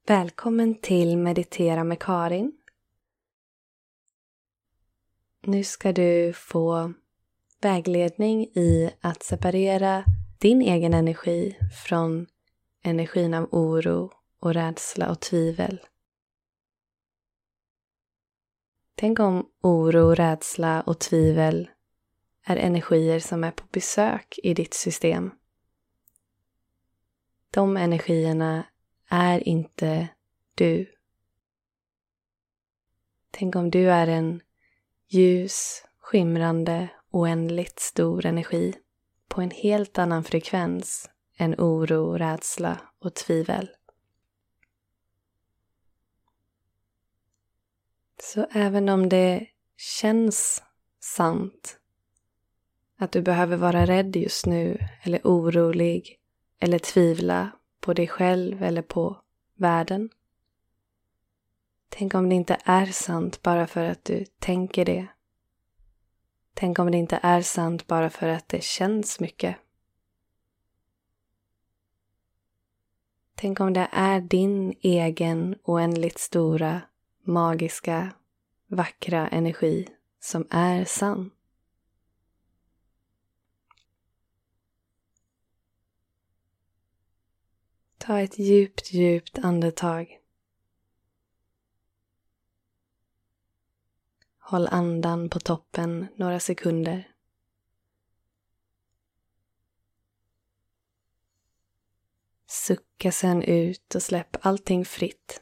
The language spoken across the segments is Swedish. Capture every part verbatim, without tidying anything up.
Välkommen till Meditera med Karin. Nu ska du få vägledning i att separera din egen energi från energin av oro och rädsla och tvivel. Tänk om oro, rädsla och tvivel är energier som är på besök i ditt system. De energierna är inte du. Tänk om du är en ljus, skimrande, oändligt stor energi på en helt annan frekvens än oro, rädsla och tvivel. Så även om det känns sant att du behöver vara rädd just nu eller orolig eller tvivla på dig själv eller på världen. Tänk om det inte är sant bara för att du tänker det. Tänk om det inte är sant bara för att det känns mycket. Tänk om det är din egen oändligt stora, magiska, vackra energi som är sann. Ta ett djupt, djupt andetag. Håll andan på toppen några sekunder. Sucka sedan ut och släpp allting fritt.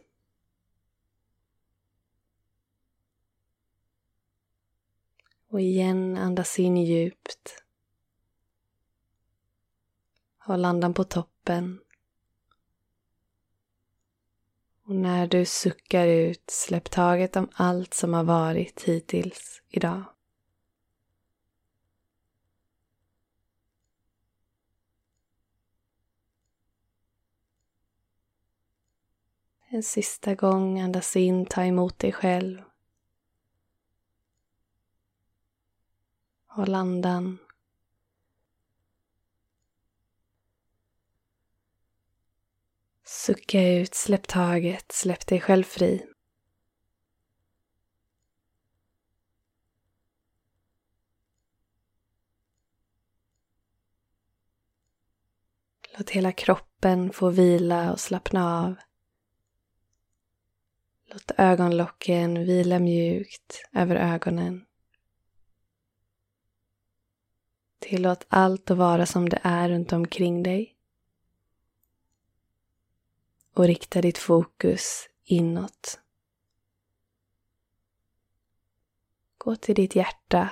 Och igen andas in djupt. Håll andan på toppen. Och när du suckar ut, släpp taget om allt som har varit hittills idag. En sista gång andas in, ta emot dig själv. Håll andan. Sucka ut, släpp taget, släpp dig själv fri. Låt hela kroppen få vila och slappna av. Låt ögonlocken vila mjukt över ögonen. Tillåt allt att vara som det är runt omkring dig. Och rikta ditt fokus inåt. Gå till ditt hjärta.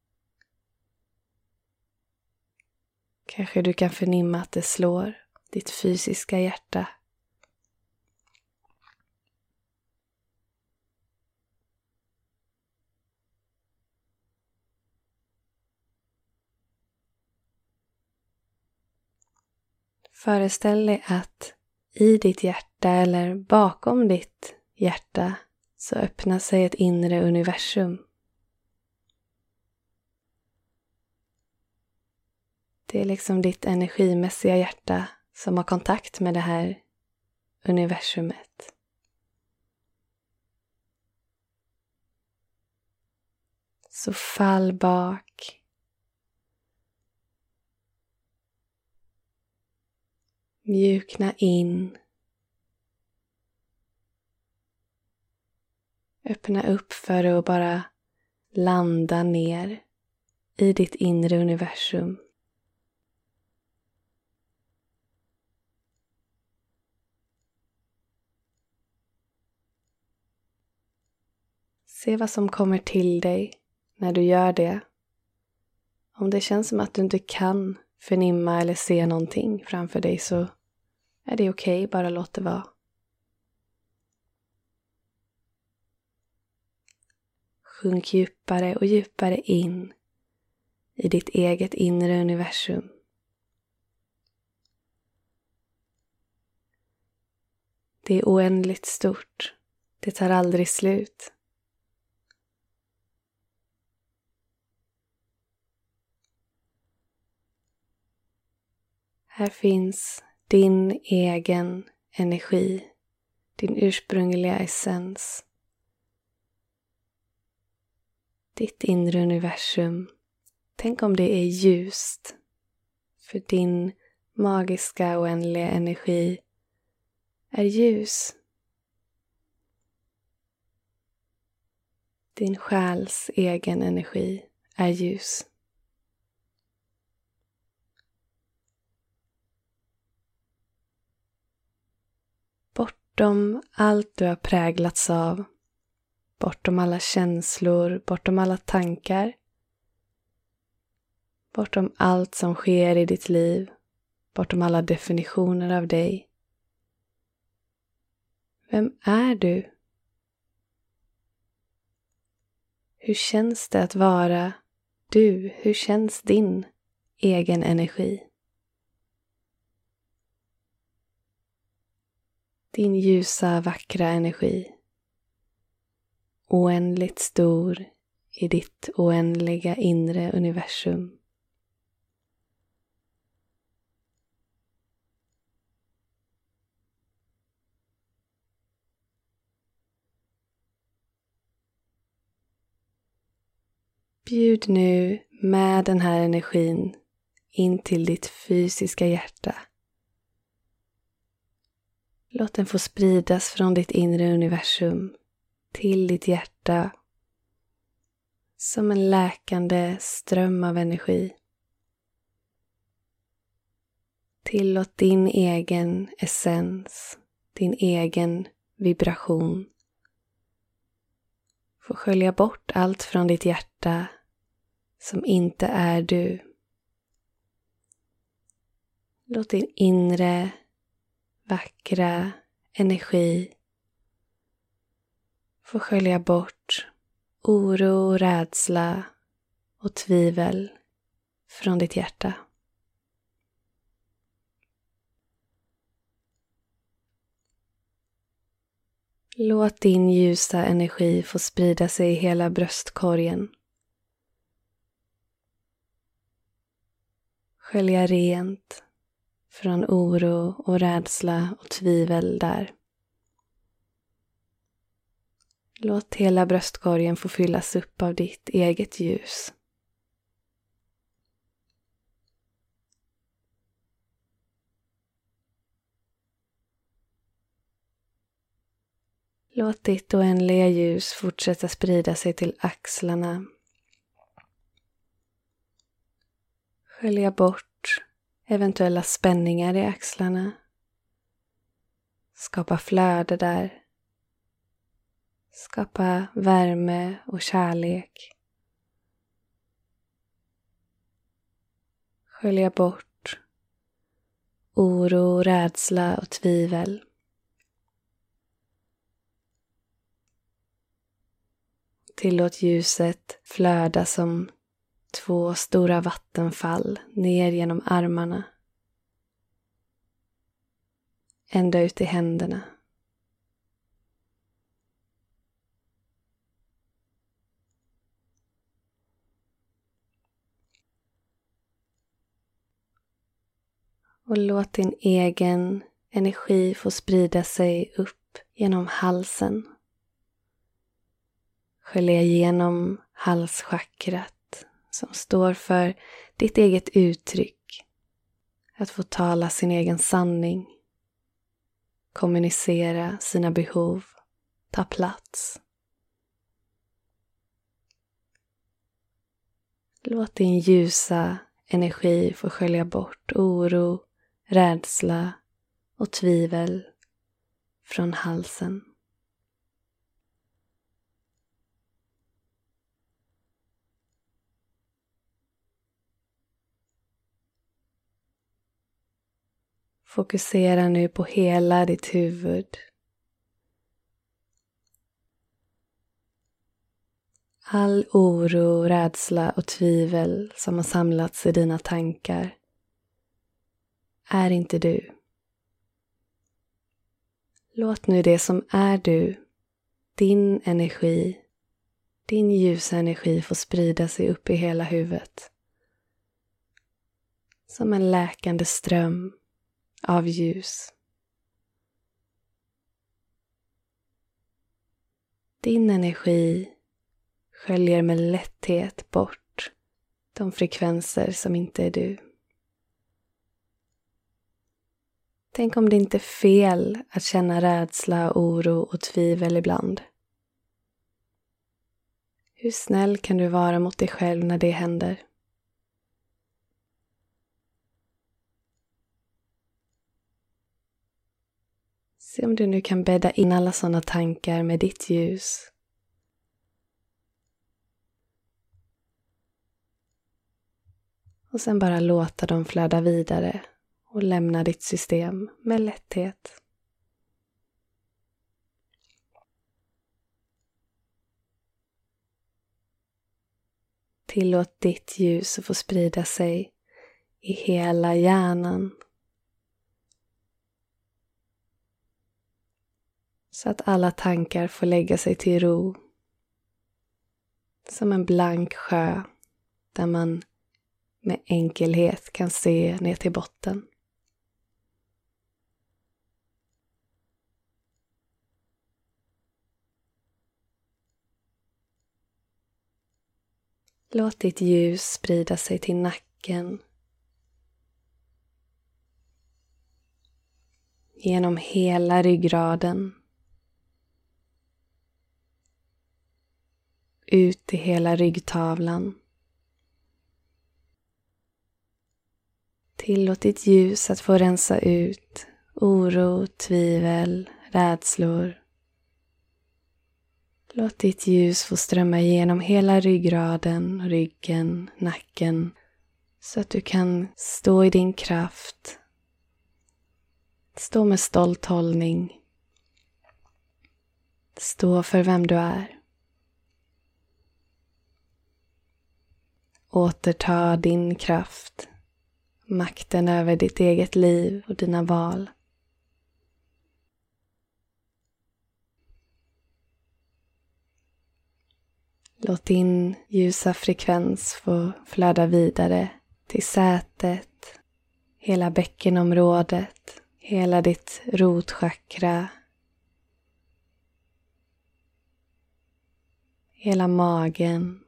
Kanske du kan förnimma att det slår, ditt fysiska hjärta. Föreställ dig att i ditt hjärta eller bakom ditt hjärta så öppnar sig ett inre universum. Det är liksom ditt energimässiga hjärta som har kontakt med det här universumet. Så fall bak. Mjukna in. Öppna upp för att bara landa ner i ditt inre universum. Se vad som kommer till dig när du gör det. Om det känns som att du inte kan förnimma eller se någonting framför dig så är det okej, bara låt det vara. Sjunk djupare och djupare in i ditt eget inre universum. Det är oändligt stort. Det tar aldrig slut. Här finns din egen energi, din ursprungliga essens, ditt inre universum. Tänk om det är ljust, för din magiska oändliga energi är ljus. Din själs egen energi är ljus. Bortom allt du har präglats av, bortom alla känslor, bortom alla tankar, bortom allt som sker i ditt liv, bortom alla definitioner av dig. Vem är du? Hur känns det att vara du? Hur känns din egen energi? Din ljusa, vackra energi. Oändligt stor i ditt oändliga inre universum. Bjud nu med den här energin in till ditt fysiska hjärta. Låt den få spridas från ditt inre universum till ditt hjärta som en läkande ström av energi. Tillåt din egen essens, din egen vibration få skölja bort allt från ditt hjärta som inte är du. Låt din inre, vackra energi få skölja bort oro, rädsla och tvivel från ditt hjärta. Låt din ljusa energi få sprida sig i hela bröstkorgen. Skölja rent från oro och rädsla och tvivel där. Låt hela bröstkorgen få fyllas upp av ditt eget ljus. Låt ditt oändliga ljus fortsätta sprida sig till axlarna. Skölja bort eventuella spänningar i axlarna. Skapa flöde där. Skapa värme och kärlek. Skölja bort oro, rädsla och tvivel. Tillåt ljuset flöda som två stora vattenfall ner genom armarna. Ända ut i händerna. Och låt din egen energi få sprida sig upp genom halsen. Skölja igenom halschakrat som står för ditt eget uttryck. Att få tala sin egen sanning. Kommunicera sina behov. Ta plats. Låt din ljusa energi få skölja bort oro, rädsla och tvivel från halsen. Fokusera nu på hela ditt huvud. All oro, rädsla och tvivel som har samlats i dina tankar är inte du. Låt nu det som är du, din energi, din ljusa energi få sprida sig upp i hela huvudet. Som en läkande ström av ljus. Din energi sköljer med lätthet bort de frekvenser som inte är du. Tänk om det inte är fel att känna rädsla, oro och tvivel ibland. Hur snäll kan du vara mot dig själv när det händer? Se om du nu kan bädda in alla sådana tankar med ditt ljus. Och sen bara låta dem flöda vidare och lämna ditt system med lätthet. Tillåt ditt ljus att få sprida sig i hela hjärnan. Så att alla tankar får lägga sig till ro. Som en blank sjö där man med enkelhet kan se ner till botten. Låt ditt ljus sprida sig till nacken. Genom hela ryggraden. Ut i hela ryggtavlan. Tillåt ditt ljus att få rensa ut oro, tvivel, rädslor. Låt ditt ljus få strömma igenom hela ryggraden, ryggen, nacken. Så att du kan stå i din kraft. Stå med stolt hållning. Stå för vem du är. Återta din kraft, makten över ditt eget liv och dina val. Låt din ljusa frekvens få flöda vidare till sätet, hela bäckenområdet, hela ditt rotchakra, hela magen.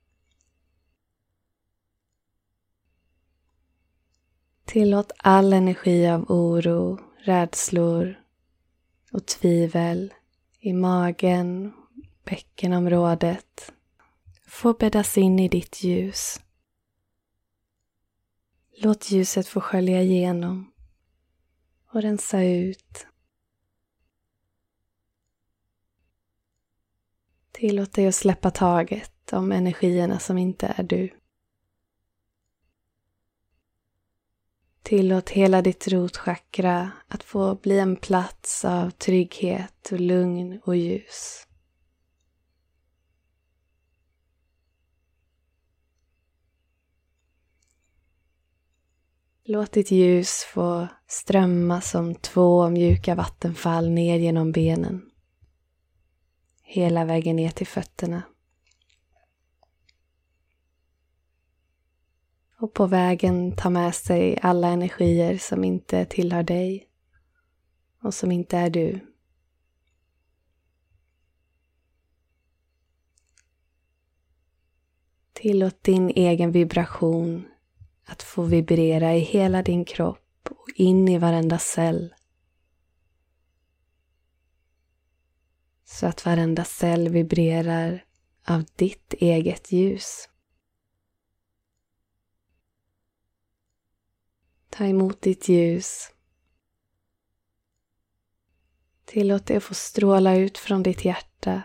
Tillåt all energi av oro, rädslor och tvivel i magen, bäckenområdet få bäddas in i ditt ljus. Låt ljuset få skölja igenom och rensa ut. Tillåt dig att släppa taget om energierna som inte är du. Tillåt hela ditt rotchakra att få bli en plats av trygghet och lugn och ljus. Låt ditt ljus få strömma som två mjuka vattenfall ner genom benen. Hela vägen ner till fötterna. Och på vägen ta med sig alla energier som inte tillhör dig och som inte är du. Tillåt din egen vibration att få vibrera i hela din kropp och in i varenda cell. Så att varenda cell vibrerar av ditt eget ljus. Ta emot ditt ljus. Tillåt det att få stråla ut från ditt hjärta.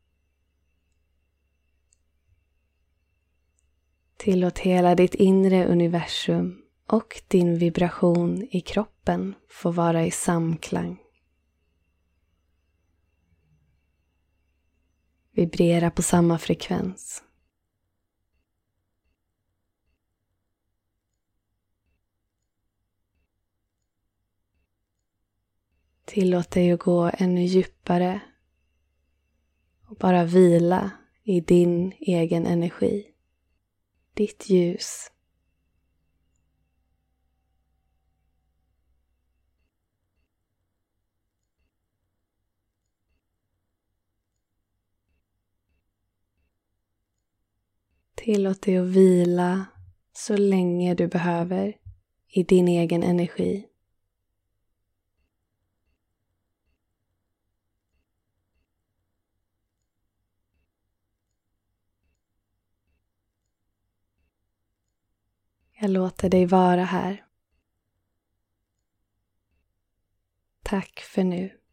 Tillåt hela ditt inre universum och din vibration i kroppen få vara i samklang. Vibrera på samma frekvens. Tillåt dig att gå ännu djupare och bara vila i din egen energi, ditt ljus. Tillåt dig att vila så länge du behöver i din egen energi. Jag låter dig vara här. Tack för nu.